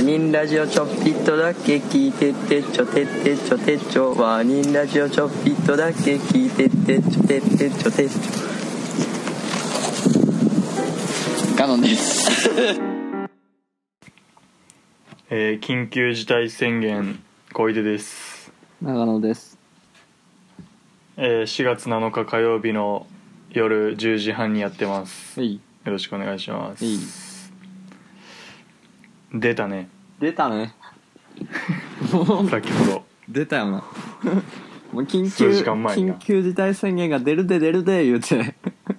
ニンラジオちょっぴっとだけ聞いてってちょてってちょてっちょワニンラジオちょっぴっとだけ聞いてってちょてってちょてっちょガノンです緊急事態宣言小出です。 長野です。 4月7日火曜日の夜10時半にやってます。よろしくお願いします。出たね出たね先ほど出たよなもう緊数時間前にな急事態宣言が出るで言うて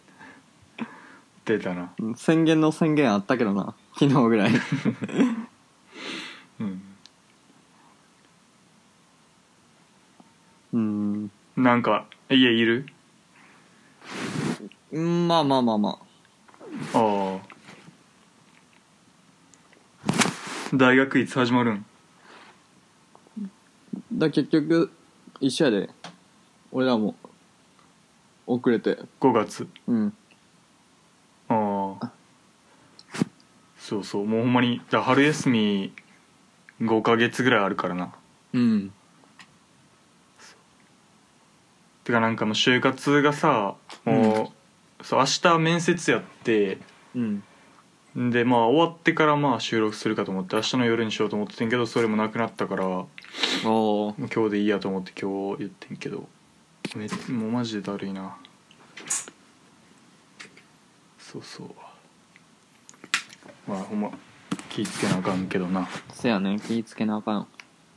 出たな。 宣言の宣言あったけどな昨日ぐらいなんか家いる？ まあああ、大学いつ始まるん？ 結局一緒やで。俺らも遅れて 5月。 ああ、そうそう、もうほんまに春休み5ヶ月ぐらいあるからな。てかなんかもう就活がさ、もう、そう明日面接やって、でまあ終わってからまあ収録するかと思って明日の夜にしようと思っててんけど、それもなくなったからもう今日でいいやと思って今日言ってんけど、もうマジでだるいな。そうまあほんま気ぃつけなあかんけどな。 せやね、気ぃつけなあかん。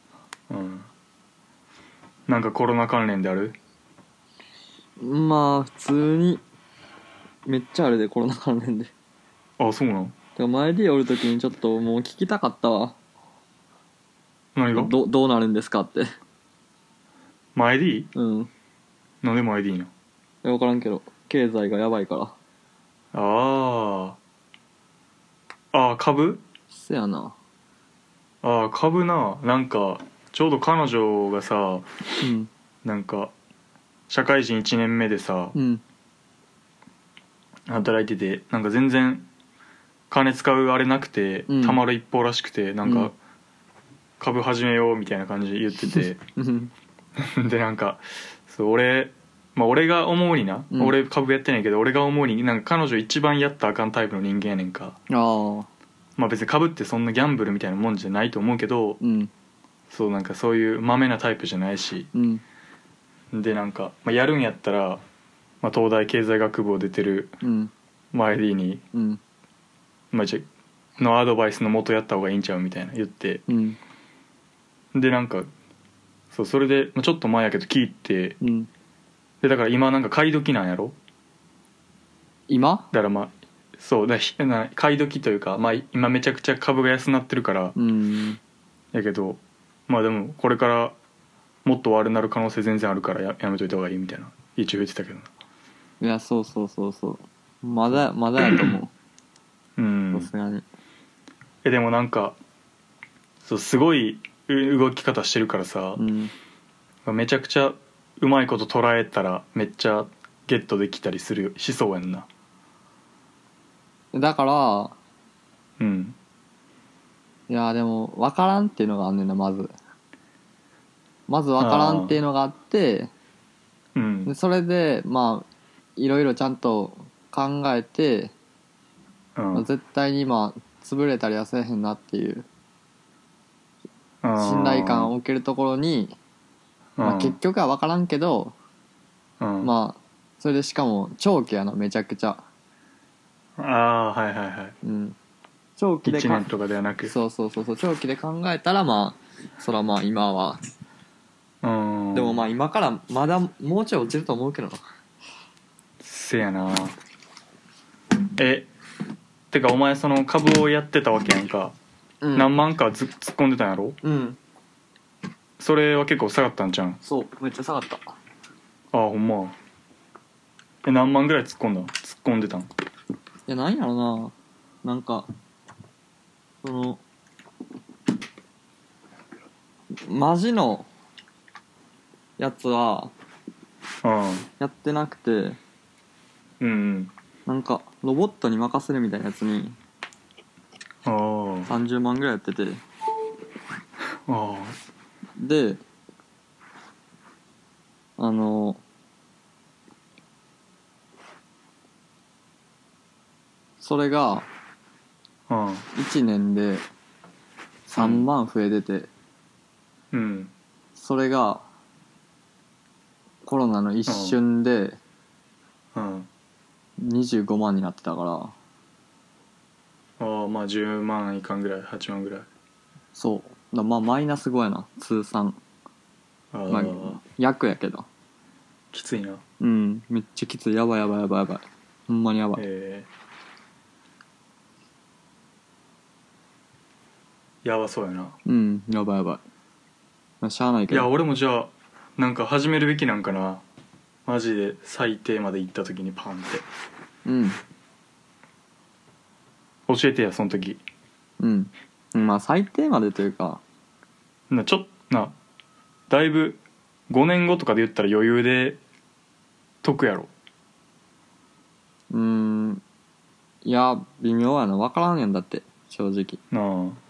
なんかコロナ関連である？ まあ普通にめっちゃあれで、コロナ関連で。 あ、そうなの？ てか前でおるときにちょっともう聞きたかったわ。 何が？ どうなるんですかって。 前 D？ うんなんで前 D な？ 分からんけど経済がやばいから。 あ株？ せやな。 株な。なんかちょうど彼女がさ、なんか社会人1年目でさ、働いてて、なんか全然金使うあれなくて、たまる一方らしくて、なんか株始めようみたいな感じで言っててでなんかそう俺が思うにな、俺株やってないけど、俺が思うになんか彼女一番やったらあかんタイプの人間やねんか。まあ別に株ってそんなギャンブルみたいなもんじゃないと思うけど、そうなんかそういうマメなタイプじゃないし、でなんか、やるんやったら、東大経済学部を出てる前 D に、じゃのアドバイスのもとやった方がいいんちゃうみたいな言って、でなんかそれでちょっと前やけど聞いて、でだから今なんか買い時なんやろ今だからそうだ、買い時というか、今めちゃくちゃ株が安なってるから、やけどでもこれからもっと悪なる可能性全然あるからやめといた方がいいみたいな一応言ってたけどな。 いやそうまだやと思う。さすがに。 でもなんかそうすごい動き方してるからさ、めちゃくちゃうまいこと捉えたらめっちゃゲットできたりしそうやんな。 だからいやでも分からんっていうのがあんねんな。まず分からんっていうのがあって、でそれでいろいろちゃんと考えて、絶対に潰れたりはせえへんなっていう信頼感を置けるところに、結局は分からんけど、それでしかも長期やな、めちゃくちゃ。長期で 1年とかではなく、 そう長期で考えたらそら今は、でも今からまだもうちょい落ちると思うけどな。 せやな。てかお前その株をやってたわけやんか、何万か突っ込んでたんやろ。それは結構下がったんちゃうん？ そうめっちゃ下がった。 ほんま。何万ぐらい突っ込んでたん？ いやなんやろな、なんかそのマジのやつはやってなくて、なんかロボットに任せるみたいなやつに30万ぐらいやってて、 あでそれがあ 1年で3万増えてて、 うんそれがコロナの一瞬でうん 25万になってたから、 ああまあ10万いかんぐらい8万ぐらいそうだ、まあマイナス5やな通算。 ああ、 まあ約やけど、 きついなうんめっちゃきつい。やばいやばいやばいやばい、ほんまにやばい。 やばそうやな。 うんやばいやばい、まあ、しゃあないけど。 いや俺もじゃあなんか始めるべきなんかな、マジで最低まで行った時にパンってうん教えてやその時。 うんまあ最低までというか、 ちょっとなだいぶ5年後とかで言ったら余裕で得やろ。 いや微妙やな、分からんやんだって正直。 なあ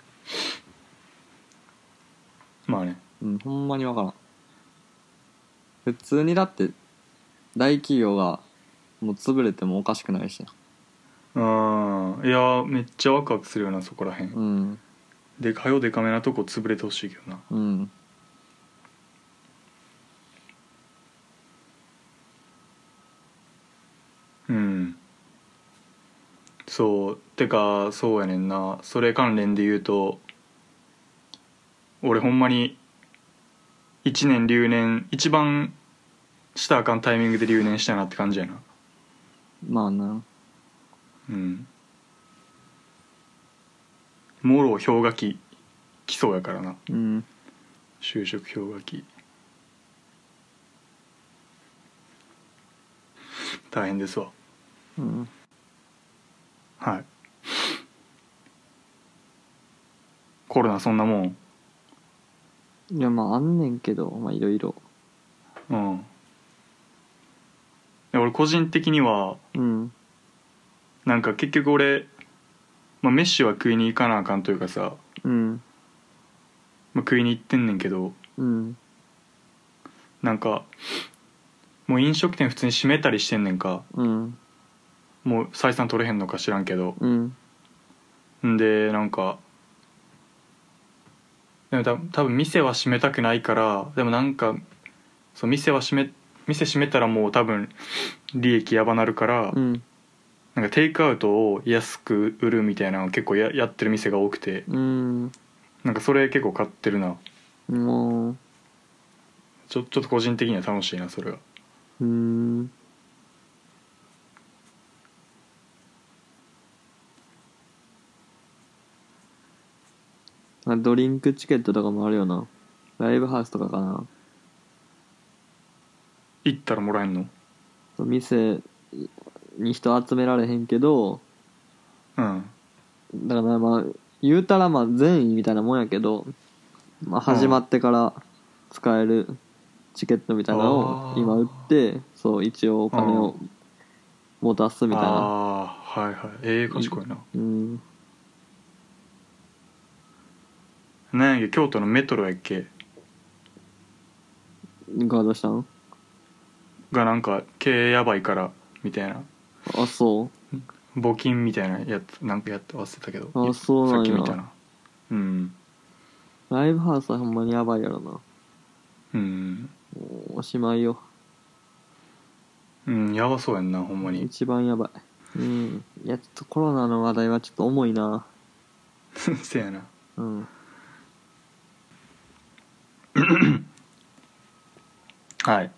まあね。 ほんまに分からん。普通にだって大企業がもう潰れてもおかしくないしな。 いやめっちゃワクワクするよなそこらへん。 うんでかよでかめなとこ潰れてほしいけどな。 うんうんそうてかそうやねんな。それ関連で言うと俺ほんまに1年留年一番したらあかんタイミングで留年したなって感じやな。 まあな。 うんもろ氷河期来そうやからな。 うん就職氷河期大変ですわ。 うんはい。コロナそんなもん。 いやまああんねんけど、まあいろいろ。 うんいや俺個人的にはうんなんか結局俺、まあ、飯は食いに行かなあかんというかさ、 うんまあ、食いに行ってんねんけどうんなんかもう飲食店普通に閉めたりしてんねんか。 うんもう採算取れへんのか知らんけど、 うんんでなんかでも多分店は閉めたくないから、でもなんかそう店閉めたらもう多分利益やばなるから、 うんなんかテイクアウトを安く売るみたいなのを結構やってる店が多くて、 うんなんかそれ結構買ってるな。 もちょっと個人的には楽しいなそれは。 ドリンクチケットとかもあるよな。ライブハウスとかかな。 行ったらもらえんの？ 店に人集められへんけど、 うんだからまあ言うたらまあ善意みたいなもんやけど、まあ始まってから使えるチケットみたいなのを今売って、そう一応お金を持たすみたいな。 ああはいはい賢いな。 うんなんやっけ京都のメトロやっけがどうしたん？ がなんか経営やばいからみたいなあそう募金みたいなやつなんかやって忘れたけど、 あそうなんや。 さっき見たな。うんライブハウスはほんまにやばいやろな。 うんおしまいよ。 やばそうやんなほんまに。 一番やばい。いやちょっとコロナの話題はちょっと重いな。 せやな。 うんはい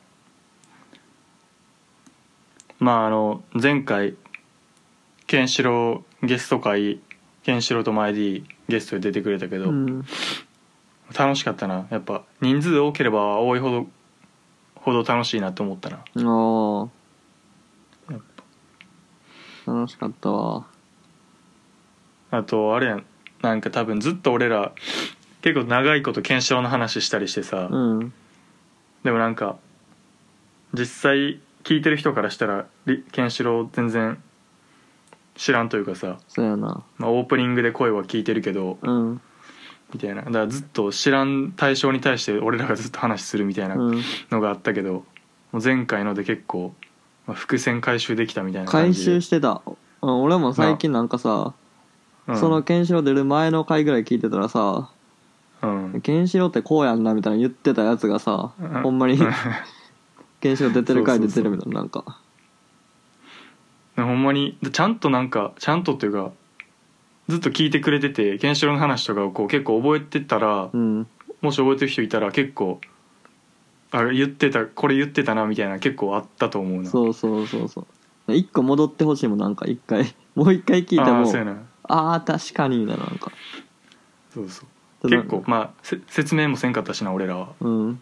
まあ前回ケンシロウゲスト会、ケンシロウとマイディゲストで出てくれたけど、楽しかったな。やっぱ人数多ければ多いほど楽しいなと思ったな。 あやっ楽しかったわ。 ぱあとあれやん、なんか多分ずっと俺ら結構長いことケンシロウの話したりしてさ、でもなんか実際聞いてる人からしたらケンシロウ全然知らんというかさ、 そうやな。 まあ、オープニングで声は聞いてるけど、 みたいな。だからずっと知らん対象に対して俺らがずっと話するみたいなのがあったけど、もう前回ので結構、伏線回収できたみたいな感回じで。 収してた。俺も最近なんかさ、そのケンシロウ出る前の回ぐらい聞いてたらさ、ケンシロウってこうやんなみたいな言ってたやつがさ、ほんまにケンシロウ出てる回出てるみたいな、なんかほんまにちゃんとっていうかずっと聞いてくれてて、ケンシロウの話とかをこう結構覚えてたら、もし覚えてる人いたら結構これ言ってたなみたいな結構あったと思うな。 そう一個戻ってほしいもん、なんかもう一回聞いても確かにみたいな、なんかそう結構説明もせんかったしな俺らは。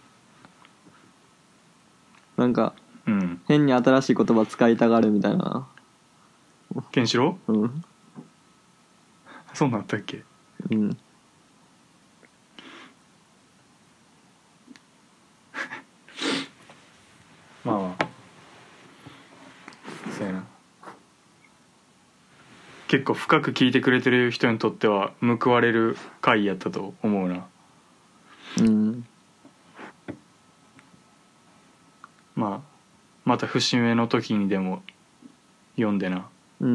なんか、変に新しい言葉使いたがるみたいな。 ケンシロウ？そうなったっけ？まあそうやな。結構深く聞いてくれてる人にとっては報われる回やったと思うな。また節目の時にでも読んでな。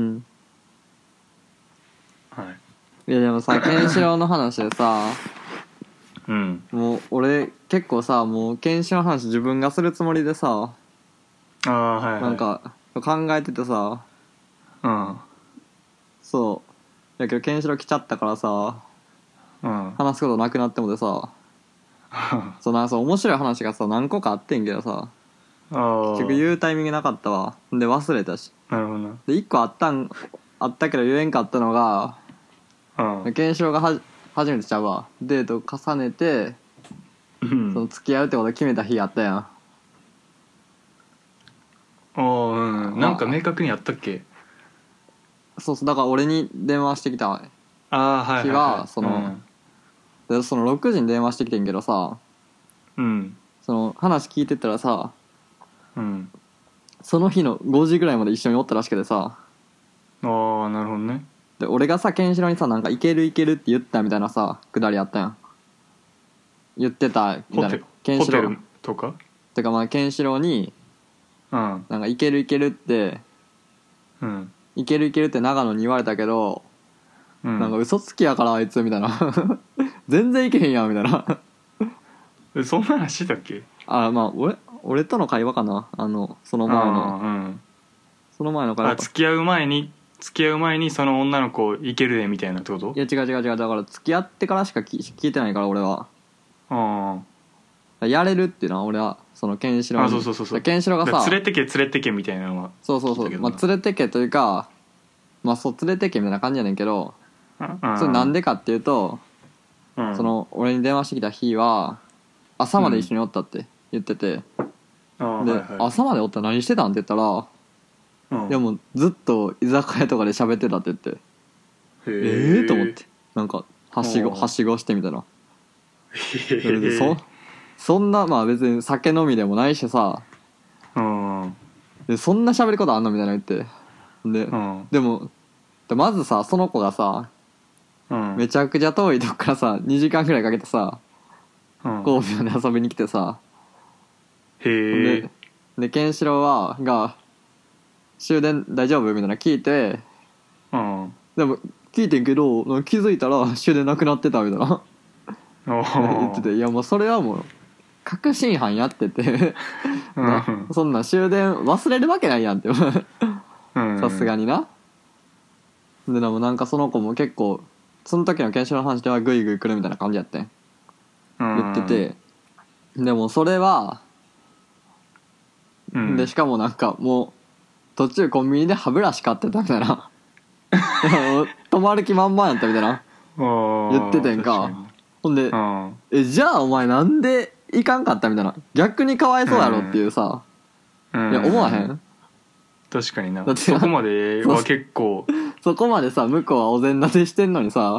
いやでもさ、ケンシロウの話でさもう俺結構さ、もうケンシロウの話自分がするつもりでさ、なんか考えててさ、そうだけどケンシロウ来ちゃったからさ、話すことなくなってもでさそう面白い話がさ何個かあってんけどさ、結局言うタイミングなかったわ。で忘れたし。 なるほどな。 で1個あったけど言えんかったのが、ケンシロウが初めてちゃうわ、デート重ねてその付き合うってこと決めた日あったやん。 なんか明確にあったっけ？ そうだから俺に電話してきた日がその6時に電話してきてんけどさ、その話聞いてたらさ、その日の5時ぐらいまで一緒におったらしくてさ。 なるほどね。 で俺がさケンシロウにさ、なんかいけるって言ったみたいなさくだりあったやん。言ってたみたいな。ケンシロウホテルとかてかケンシロウになんかいけるっていけるって長野に言われたけど、なんか嘘つきやからあいつみたいな全然いけへんやんみたいなそんな話してたっけ？ 俺との会話かな、その前の会話。 付き合う前にその女の子いけるでみたいなってこと？ いや違うだから付き合ってからしか聞いてないから俺は。やれるっていうのは俺はそのケンシロウに。 そうケンシロウがさ連れてけみたいなのは連れてけというか連れてけみたいな感じやねんけど、それなんでかっていうと、その俺に電話してきた日は朝まで一緒におったって言ってて、で朝までおったら何してたんって言ったら、いやもうずっと居酒屋とかで喋ってたって言って、と思って、なんかはしごしてみたいな。そんな別に酒飲みでもないしさ、でそんな喋り方あんのみたいな言って、でもまずさその子がさ、めちゃくちゃ遠いとこからさ2時間くらいかけてさ、神戸まで遊びに来てさ、でケンシロウが終電大丈夫みたいな聞いて、でも聞いてんけど気づいたら終電なくなってたみたいな言ってて、いやもうそれはもう確信犯やっててそんな終電忘れるわけないやんってさすがにな。でもなんかその子も結構その時のケンシロウの話ではグイグイ来るみたいな感じやってん言ってて、でもそれは、でしかもなんかもう途中コンビニで歯ブラシ買ってたみたいな泊まる気満々やったみたいな言っててんか。ほんでじゃあお前なんで行かんかったみたいな、逆にかわいそうやろっていうさ、いや思わへん？ 確かにな。そこまでは結構そこまでさ向こうはお膳立てしてんのにさ、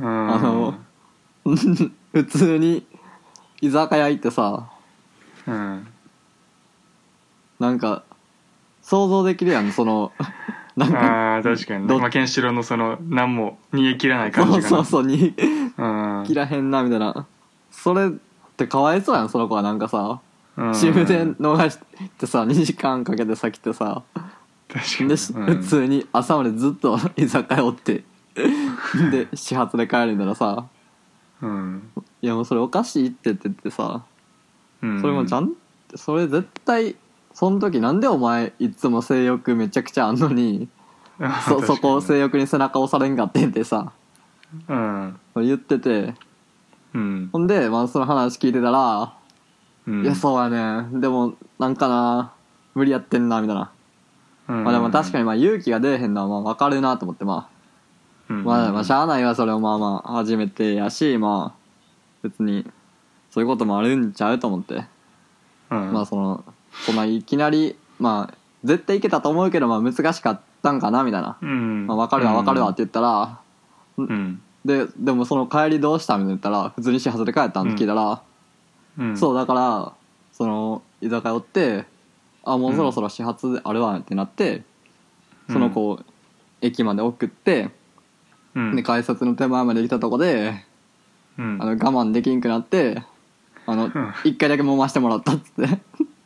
普通に居酒屋行ってさ、なんか想像できるやん、そのなんか確かにね、ケンシロウのその何も煮え切らない感じがそう煮え切らへんなみたいな。それってかわいそうやん、その子は。なんかさ終電逃してさ2時間かけてさ来てさ、 確かに、 で普通に朝までずっと居酒屋おってで始発で帰るんだらさ、いやもうそれおかしいって言ってさ、それもちゃんそれ絶対その時なんでお前いつも性欲めちゃくちゃあんのにそこを性欲に背中押されんかってんってさ、言ってて、ほんで、まあ、その話聞いてたら、いやそうやね、でもなんかな無理やってんなみたいな、まあでも確かにまあ勇気が出えへんのはまあ分かるなと思って、まあしゃあないわ、それをまあまあ初めてやし、まあ別にそういうこともあるんちゃうと思って、まあそんないきなりまあ絶対いけたと思うけど、まあ難しかったんかなみたいな、まあ、分かるわ分かるわって言ったら、でもその帰りどうしたみたいな言ったら、普通に始発で帰ったんって聞いたら、そうだからその居酒屋おって、あもうそろそろ始発あるわってなって、その子を駅まで送って、で改札の手前まで来たとこで、我慢できんくなって一回だけ揉ましてもらったっつって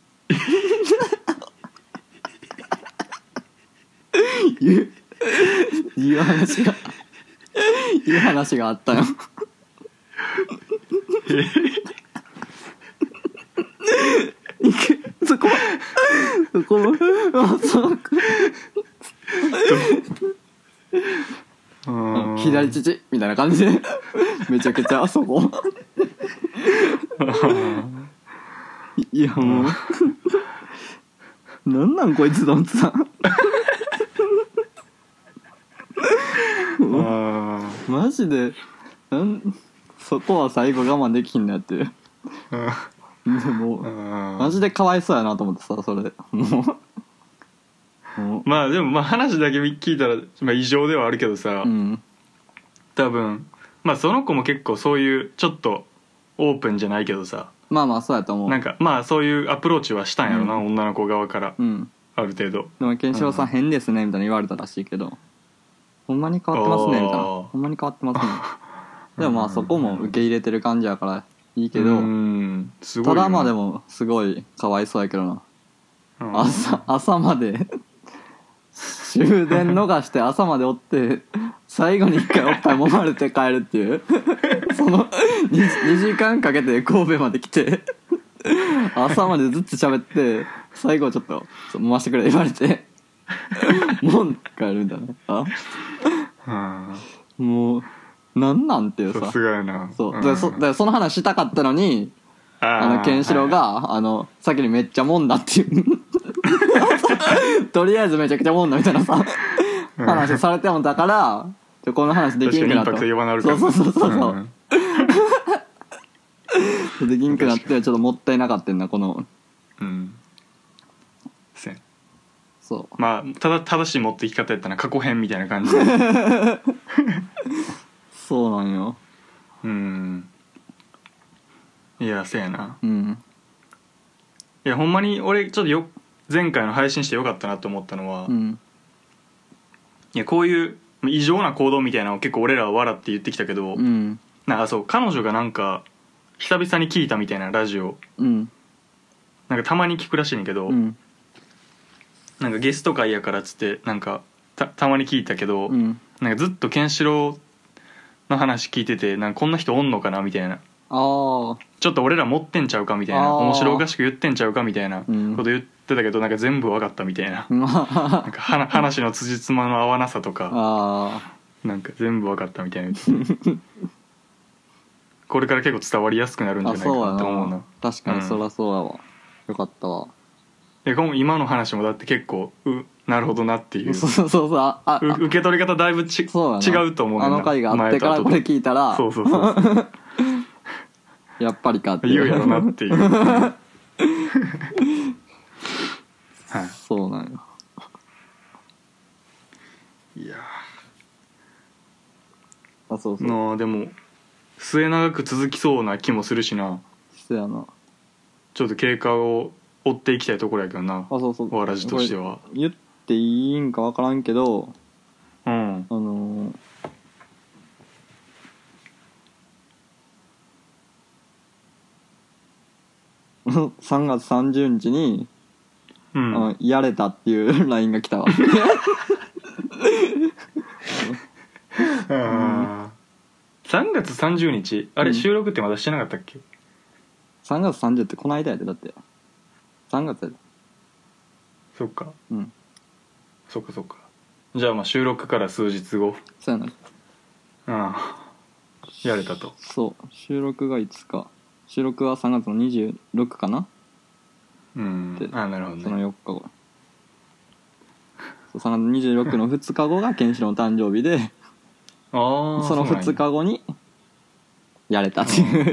いう話があったよそこ左乳みたいな感じでめちゃくちゃあそこいやもうなんこいつと思ってさマジでそこは最後我慢できひんのやって。でもマジでかわいそうやなと思ってさ、それもうまあでもまあ話だけ聞いたら、まあ、異常ではあるけどさ、多分まあその子も結構そういうちょっとオープンじゃないけどさ、 まあまあそうやと思う。 なんかまあそういうアプローチはしたんやろな、女の子側から、ある程度。 でもケンシロウさん変ですねみたいな言われたらしいけど、ほんまに変わってますねみたいな、ほんまに変わってますねでもまあそこも受け入れてる感じやからいいけど、 すごいただまあでもすごいかわいそうやけどな、朝まで終電逃して朝までおって最後に一回おっぱい揉まれて帰るっていうその 2時間かけて神戸まで来て朝までずっと喋って最後ちょっと揉ましてくれ言われてもう帰るみたいな。もうなんていうさすがやな。 そうでその話したかったのに、ケンシロウが、先にめっちゃもんだっていうとりあえずめちゃくちゃもんだみたいなさ話されてもだから、この話できんくなった。そうできんくなってちょっともったいなかったんだこのそうまあ正しい持っていき方やったら過去編みたいな感じでそうなんよ。 いやせやな。いやほんまに俺ちょっと前回の配信してよかったなと思ったのは、いやこういう異常な行動みたいなのを結構俺らは笑って言ってきたけど、なんかそう彼女がなんか久々に聞いたみたいなラジオ、なんかたまに聞くらしいねんけど、なんかゲスト会やからっつってなんかたまに聞いたけど、なんかずっとケンシロウの話聞いてて、なんかこんな人おんのかなみたいな、ちょっと俺ら持ってんちゃうかみたいな、面白おかしく言ってんちゃうかみたいなこと言ってたけど、なんか全部分かったみたいななんか話の辻褄の合わなさとかなんか全部分かったみたいな言ってこれから結構伝わりやすくなるんじゃないかなって思うな。 確かにそりゃそうやわ、よかったわ。 今の話もだって結構なるほどなっていうそう受け取り方だいぶ違うと思うねんな。 回があってからこれ聞いたらそうやっぱりかって言うやろなっていうそうなんよ。 いやそうでも末永く続きそうな気もするしな。 そうやな。 ちょっと経過を追っていきたいところやけどな、わらじとしては。 言っっていいんか分からんけど、 うん 3月30日に、やれたっていう LINE が来たわ。 3月30日あれ、収録ってまだしてなかったっけ。 3月30ってこの間やで。だって3月やで。 そっか、そっかじゃあまあ収録から数日後。 そうやな。 やれたと。 そう収録がいつか。収録は3月の26かな。 なるほどね。 その4日後。そう3月26の2日後がケンシロウの誕生日でその2日後にやれたっていう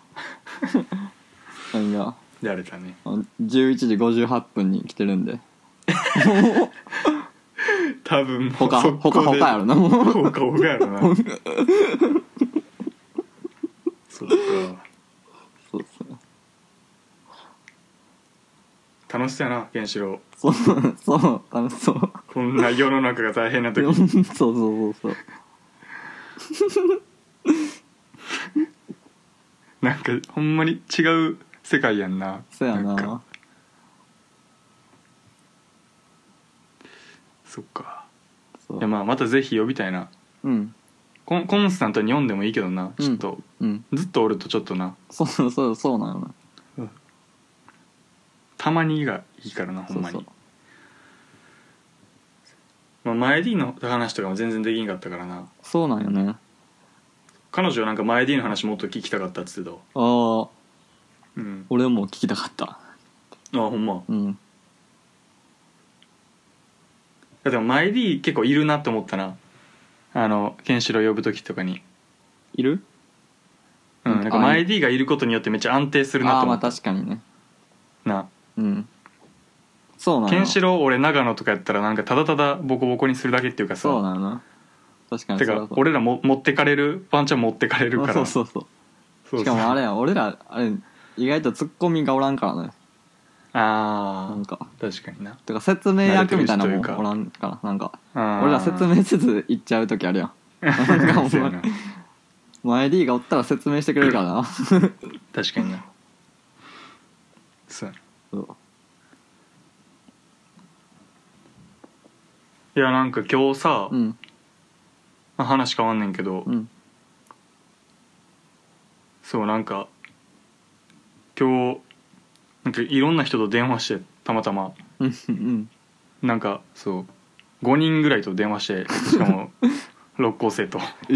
LINE がやれたね。 11時58分に来てるんで多分ほかやろな。 ほかやろな。そっか。 そう楽しそうやなケンシロウ。 そう楽しそう。 こんな世の中が大変な時そうなんかほんまに違う世界やんな。 そうやな。 そっか。いやまあまたぜひ呼びたいな。コンスタントに読んでもいいけどな、ちょっと、ずっとおるとちょっとな。 そうなのな。 たまにがいいからな、ほんまに。まあ、前 D の話とかも全然できんかったからな。 そうなんよね。 彼女はなんか前 D の話もっと聞きたかったっつってた。 俺も聞きたかった。 ほんま。でも前 D 結構いるなって思ったな。ケンシロウ呼ぶ時とかにいる？ なんか前 D がいることによってめっちゃ安定するなと思った。 まあ確かにね。 な。 そうなの。 ケンシロウ俺長野とかやったらなんかただただボコボコにするだけっていうかさ。 そうなのな。確かに。 てか俺らも持ってかれる、ワンチャン持ってかれるから。 そうしかもあれや、俺らあれ意外とツッコミがおらんからね。なんか確かにな。 てか説明役みたいなもんおらんから、なんか俺ら説明せず行っちゃう時あるやん。なんかお前 D がおったら説明してくれるからな。 確かにな。そういやなんか今日さ、話変わんねんけど、そうなんか今日なんかいろんな人と電話してたまたまなんかそう5人ぐらいと電話して、しかも六甲生とそう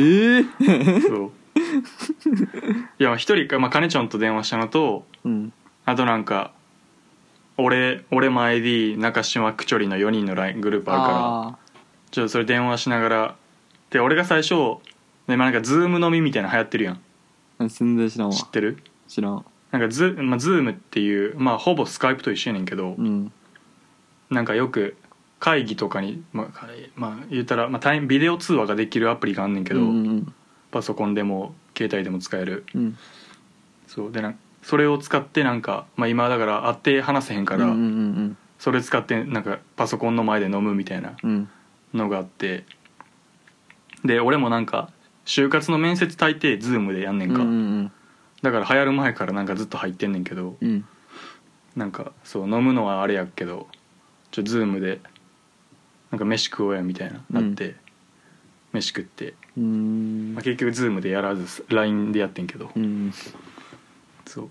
いや一人か、カネちゃんと電話したのと、あとなんか俺前 D 中島くちょりの4人のライングループあるからちょっとそれ電話しながらで、俺が最初で、なんかズーム飲みみたいなの流行ってるやん。 全然知らんわ。 知ってる？ 知らん。 なんかズームっていうほぼスカイプと一緒やねんけど、なんかよく会議とかに言ったら、ビデオ通話ができるアプリがあんねんけど、パソコンでも携帯でも使える、そうでそれを使ってなんか、今だから会って話せへんから、それ使ってなんかパソコンの前で飲むみたいなのがあって、で俺もなんか就活の面接大抵ズームでやんねんか、だから流行る前からなんかずっと入ってんねんけど、なんかそう飲むのはあれやけどズームでなんか飯食おうやみたいななって、飯食って、結局ズームでやらず LINE でやってんけど、そう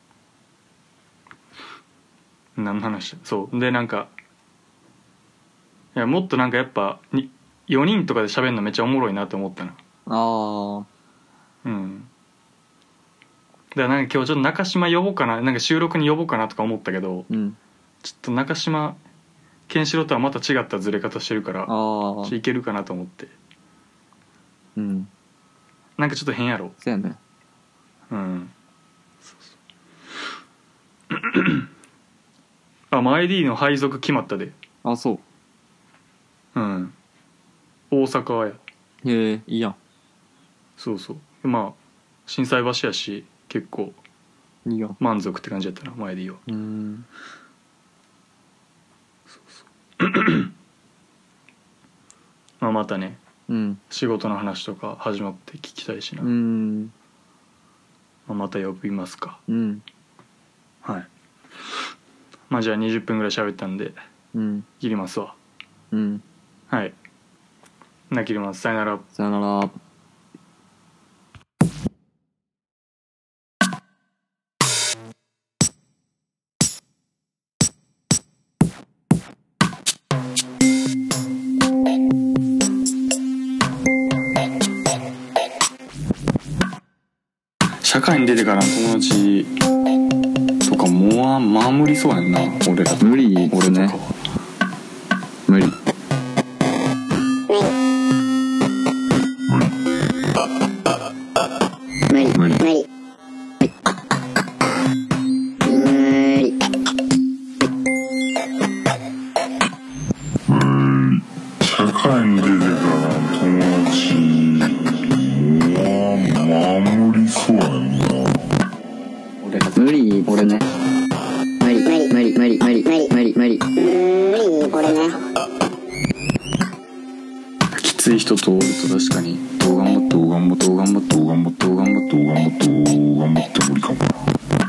何の話そうでなんかいやもっとなんかやっぱ4人とかで喋るのめっちゃおもろいなって思ったな。だからなんか今日ちょっと中島呼ぼうかな、なんか収録に呼ぼうかなとか思ったけど、ちょっと中島ケンシロウとはまた違ったずれ方してるからいけるかなと思って。なんかちょっと変やろ。 そうやね。 前 D の配属決まったで。 そう。 大阪や。 へえ、いいやん。 そう心斎橋やし結構いいよ満足って感じやったな前 D は。 まあ、またね、 うん、 仕事の話とか始まって聞きたいしな、 うん、 まあ、また呼びますか。 うん、 はい。まあじゃあ20分ぐらい喋ったんで、 うん、 切りますわ。 うん、 はい。切ります。さよなら。 さよなら。 社会に出てからの友達とかもうまあ無理そうやんな。俺らとか無理ですね。 俺とかは無理。無理。 社会に出てから友達は無理そうやんな。 無理。俺ね。無理。俺ね。 きつい人とおると確かにどう頑張っても無理かもな。